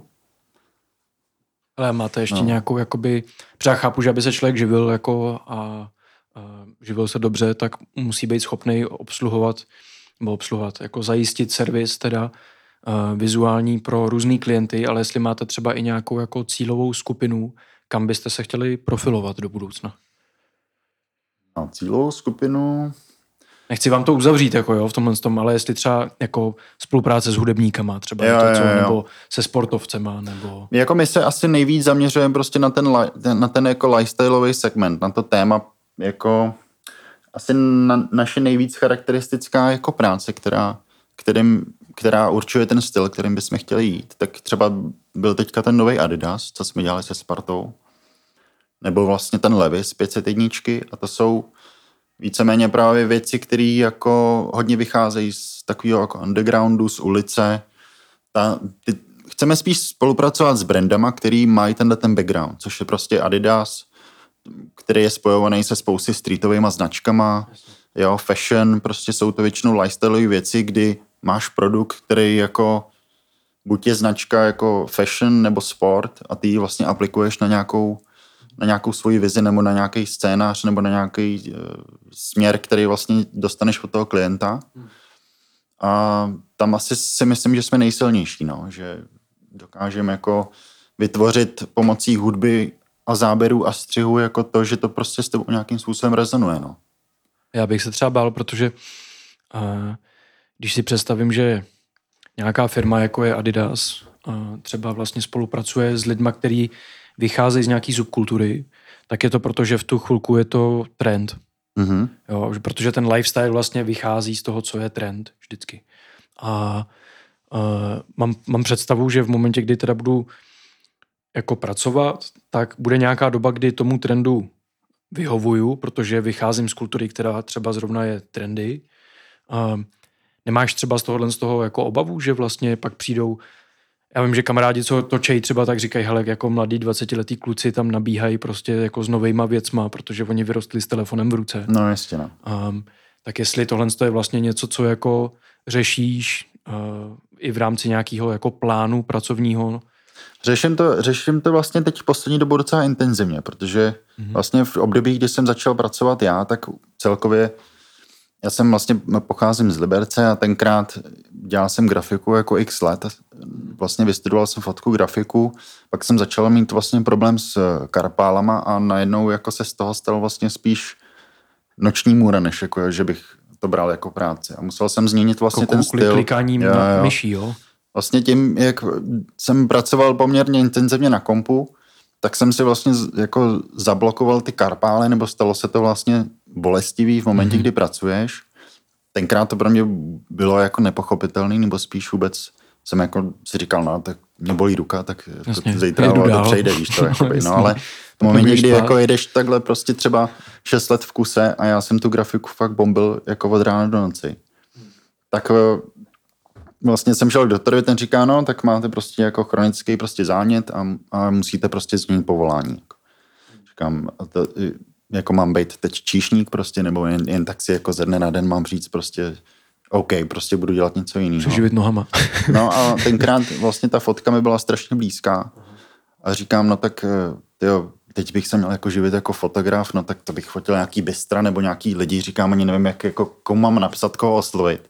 Ale máte ještě no. nějakou, jakoby, protože já chápu, že aby se člověk živil jako a, a živil se dobře, tak musí být schopný obsluhovat, nebo obsluhovat, jako zajistit servis teda uh, vizuální pro různý klienty, ale jestli máte třeba i nějakou jako cílovou skupinu, kam byste se chtěli profilovat do budoucna? No, cílovou skupinu... Nechci vám to uzavřít, jako jo, v tomhle tom, ale jestli třeba jako spolupráce s hudebníkama třeba, jo, to, co, jo, jo. nebo se sportovcema, nebo... Jako my se asi nejvíc zaměřujeme prostě na ten, na ten jako lifestyleový segment, na to téma jako asi na, naše nejvíc charakteristická jako práce, která, kterým, která určuje ten styl, kterým bychom chtěli jít. Tak třeba byl teďka ten nový Adidas, co jsme dělali se Spartou, nebo vlastně ten Levi's pět set jedna a to jsou víceméně právě věci, které jako hodně vycházejí z takového jako undergroundu, z ulice. Ta, ty, chceme spíš spolupracovat s brandama, který mají tenhle ten background, což je prostě Adidas, který je spojovaný se spousty streetovýma značkama, jo, fashion, prostě jsou to většinou lifestyleové věci, kdy máš produkt, který jako buď je značka jako fashion nebo sport a ty ji vlastně aplikuješ na nějakou na nějakou svoji vizi nebo na nějaký scénář nebo na nějaký uh, směr, který vlastně dostaneš od toho klienta. Hmm. A tam asi si myslím, že jsme nejsilnější, no, že dokážeme jako vytvořit pomocí hudby a záběrů a střihu jako to, že to prostě s tebou nějakým způsobem rezonuje, no. Já bych se třeba bál, protože uh, když si představím, že nějaká firma, jako je Adidas, uh, třeba vlastně spolupracuje s lidma, který vycházejí z nějaký subkultury, tak je to proto, že v tu chvilku je to trend. Mm-hmm. Jo, protože ten lifestyle vlastně vychází z toho, co je trend vždycky. A uh, mám, mám představu, že v momentě, kdy teda budu jako pracovat, tak bude nějaká doba, kdy tomu trendu vyhovuju, protože vycházím z kultury, která třeba zrovna je trendy. Uh, nemáš třeba z tohohle z toho jako obavu, že vlastně pak přijdou. Já vím, že kamarádi, co točejí třeba, tak říkají, hele, jako mladí dvacetiletí kluci tam nabíhají prostě jako s novejma věcma, protože oni vyrostli s telefonem v ruce. No, jistě, no. Um, tak jestli tohle je vlastně něco, co jako řešíš uh, i v rámci nějakého jako plánu pracovního. Řeším to, řeším to vlastně teď v poslední dobu docela intenzivně, protože mm-hmm. vlastně v období, kdy jsem začal pracovat já, tak celkově já jsem vlastně pocházím z Liberce a tenkrát dělal jsem grafiku jako x let. Vlastně vystudoval jsem fotku, grafiku, pak jsem začal mít vlastně problém s karpálama a najednou jako se z toho stalo vlastně spíš noční můra, než jako, že bych to bral jako práci. A musel jsem změnit vlastně jako ten styl. Klikáním jo, na jo. myší, jo? Vlastně tím, jak jsem pracoval poměrně intenzivně na kompu, tak jsem si vlastně jako zablokoval ty karpály, nebo stalo se to vlastně bolestivý v momentě, mm-hmm. kdy pracuješ. Tenkrát to pro mě bylo jako nepochopitelný, nebo spíš vůbec jsem jako si říkal, no, tak mě bolí ruka, tak jasně, to zítra to přejde, víš to, jakoby, no, ale v momentě, kdy jako jedeš takhle prostě třeba šest let v kuse a já jsem tu grafiku fakt bombil jako od rána do noci, tak vlastně jsem šel k doktorovi, ten říká, no, tak máte prostě jako chronický prostě zánět a, a musíte prostě změnit povolání. Říkám, to, jako mám být teď číšník prostě, nebo jen, jen tak si jako ze dne na den mám říct prostě, OK, prostě budu dělat něco jiného. Přeživit nohama. No a tenkrát vlastně ta fotka mi byla strašně blízká a říkám, no tak tyjo, teď bych se měl jako živit jako fotograf, no tak to bych fotil nějaký bystra nebo nějaký lidi, říkám, ani nevím, jak, jako, komu mám napsat, koho oslovit.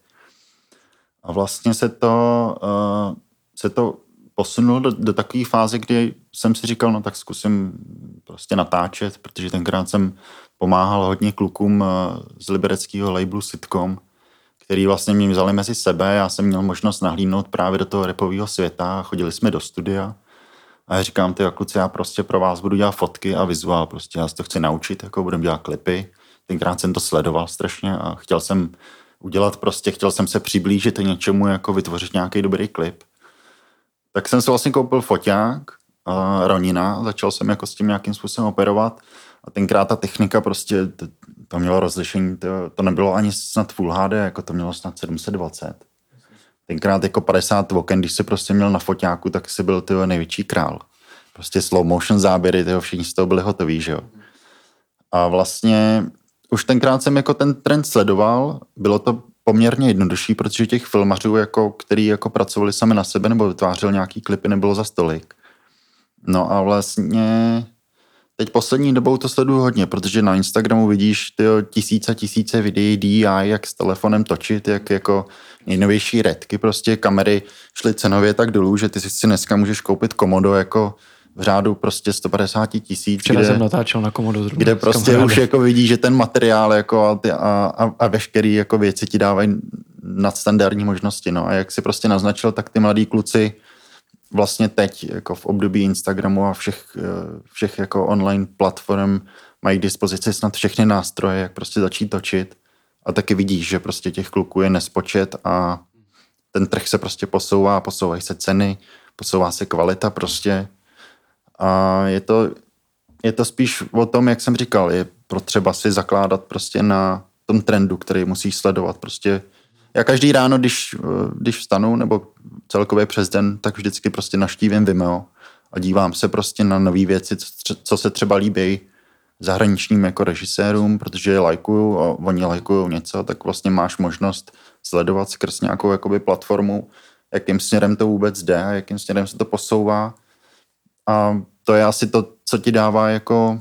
A vlastně se to, uh, se to posunulo do, do takové fáze, kdy jsem si říkal, no tak zkusím prostě natáčet, protože tenkrát jsem pomáhal hodně klukům uh, z libereckého labelu Sitcom, který vlastně mě vzali mezi sebe. Já jsem měl možnost nahlídnout právě do toho rapového světa. Chodili jsme do studia a já říkám, ty kluci, já prostě pro vás budu dělat fotky a vizuál. Prostě já se to chci naučit, jako budem dělat klipy. Tenkrát jsem to sledoval strašně a chtěl jsem udělat prostě, chtěl jsem se přiblížit něčemu, jako vytvořit nějaký dobrý klip. Tak jsem si vlastně koupil foťák uh, Ronina, začal jsem jako s tím nějakým způsobem operovat a tenkrát ta technika prostě, to, to mělo rozlišení, to, to nebylo ani snad Full H D, jako to mělo snad sedm set dvacet. Tenkrát jako padesát oken, když se prostě měl na foťáku, tak si byl tyho největší král. Prostě slow motion záběry, tyho všichni z toho byli hotoví, že jo. A vlastně už tenkrát jsem jako ten trend sledoval, bylo to poměrně jednodušší, protože těch filmařů, jako, který jako pracovali sami na sebe nebo vytvářeli nějaký klipy, nebylo za stolik. No a vlastně teď poslední dobou to sleduju hodně, protože na Instagramu vidíš tyjo, tisíce tisíce videí D I Y, jak s telefonem točit, jak jako nejnovější redky, prostě kamery šly cenově tak dolů, že ty si dneska můžeš koupit Komodo jako v řádu prostě sto padesát tisíc. Včera kde, jsem natáčel na Komodo zrovna. Kde prostě už jako vidí, že ten materiál jako a, ty, a, a, a veškerý jako věci ti dávají nadstandardní možnosti. No a jak si prostě naznačil, tak ty mladí kluci vlastně teď jako v období Instagramu a všech, všech jako online platform mají k dispozici snad všechny nástroje, jak prostě začít točit. A taky vidíš, že prostě těch kluků je nespočet a ten trh se prostě posouvá, posouvají se ceny, posouvá se kvalita prostě. A je to, je to spíš o tom, jak jsem říkal, je potřeba si zakládat prostě na tom trendu, který musíš sledovat. Prostě já každý ráno, když, když vstanu, nebo celkově přes den, tak vždycky prostě naštívím Vimeo a dívám se prostě na nové věci, co, co se třeba líbí zahraničním jako režisérům, protože lajkuju a oni lajkujou něco, tak vlastně máš možnost sledovat skrz nějakou jakoby platformu, jakým směrem to vůbec jde a jakým směrem se to posouvá. A to je asi to, co ti dává jako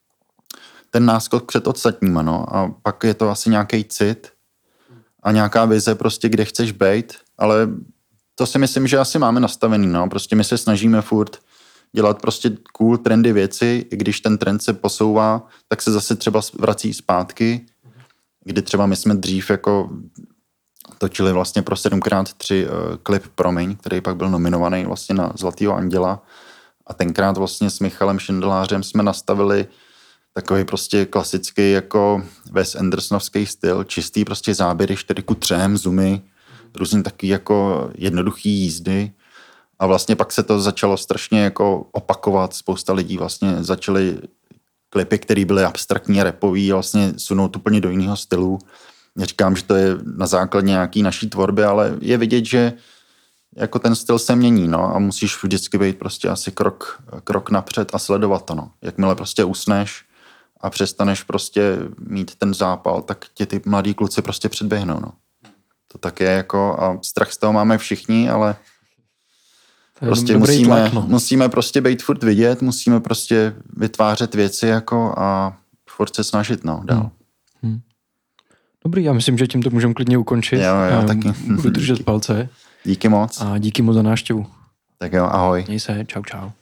ten náskok před ostatníma, no. A pak je to asi nějaký cit a nějaká vize prostě, kde chceš bejt, ale to si myslím, že asi máme nastavený, no. Prostě my se snažíme furt dělat prostě cool, trendy věci, i když ten trend se posouvá, tak se zase třeba vrací zpátky, kdy třeba my jsme dřív jako točili vlastně pro sedm krát tři uh, klip Promiň, který pak byl nominovaný vlastně na Zlatýho anděla. A tenkrát vlastně s Michalem Šindelářem jsme nastavili takový prostě klasický jako Wes Andersonovský styl, čistý prostě záběry čtyři ku třem, zoomy, různý takový jako jednoduchý jízdy. A vlastně pak se to začalo strašně jako opakovat. Spousta lidí vlastně začaly klipy, které byly abstraktní a rapový, vlastně sunout úplně do jiného stylu. Neříkám, že to je na základě nějaký naší tvorby, ale je vidět, že jako ten styl se mění, no, a musíš vždycky být prostě asi krok, krok napřed a sledovat to, no. Jakmile prostě usneš a přestaneš prostě mít ten zápal, tak tě ty mladí kluci prostě předběhnou, no. To tak je jako, a strach z toho máme všichni, ale prostě musíme, tlak, no. musíme prostě být furt vidět, musíme prostě vytvářet věci jako a furt se snažit, no, dál. Hmm. Hmm. Dobrý, já myslím, že tím to můžeme klidně ukončit. Jo, jo, já taky. Budu držet palce. Díky moc. A díky moc za návštěvu. Tak jo, ahoj. Měj se, čau, čau.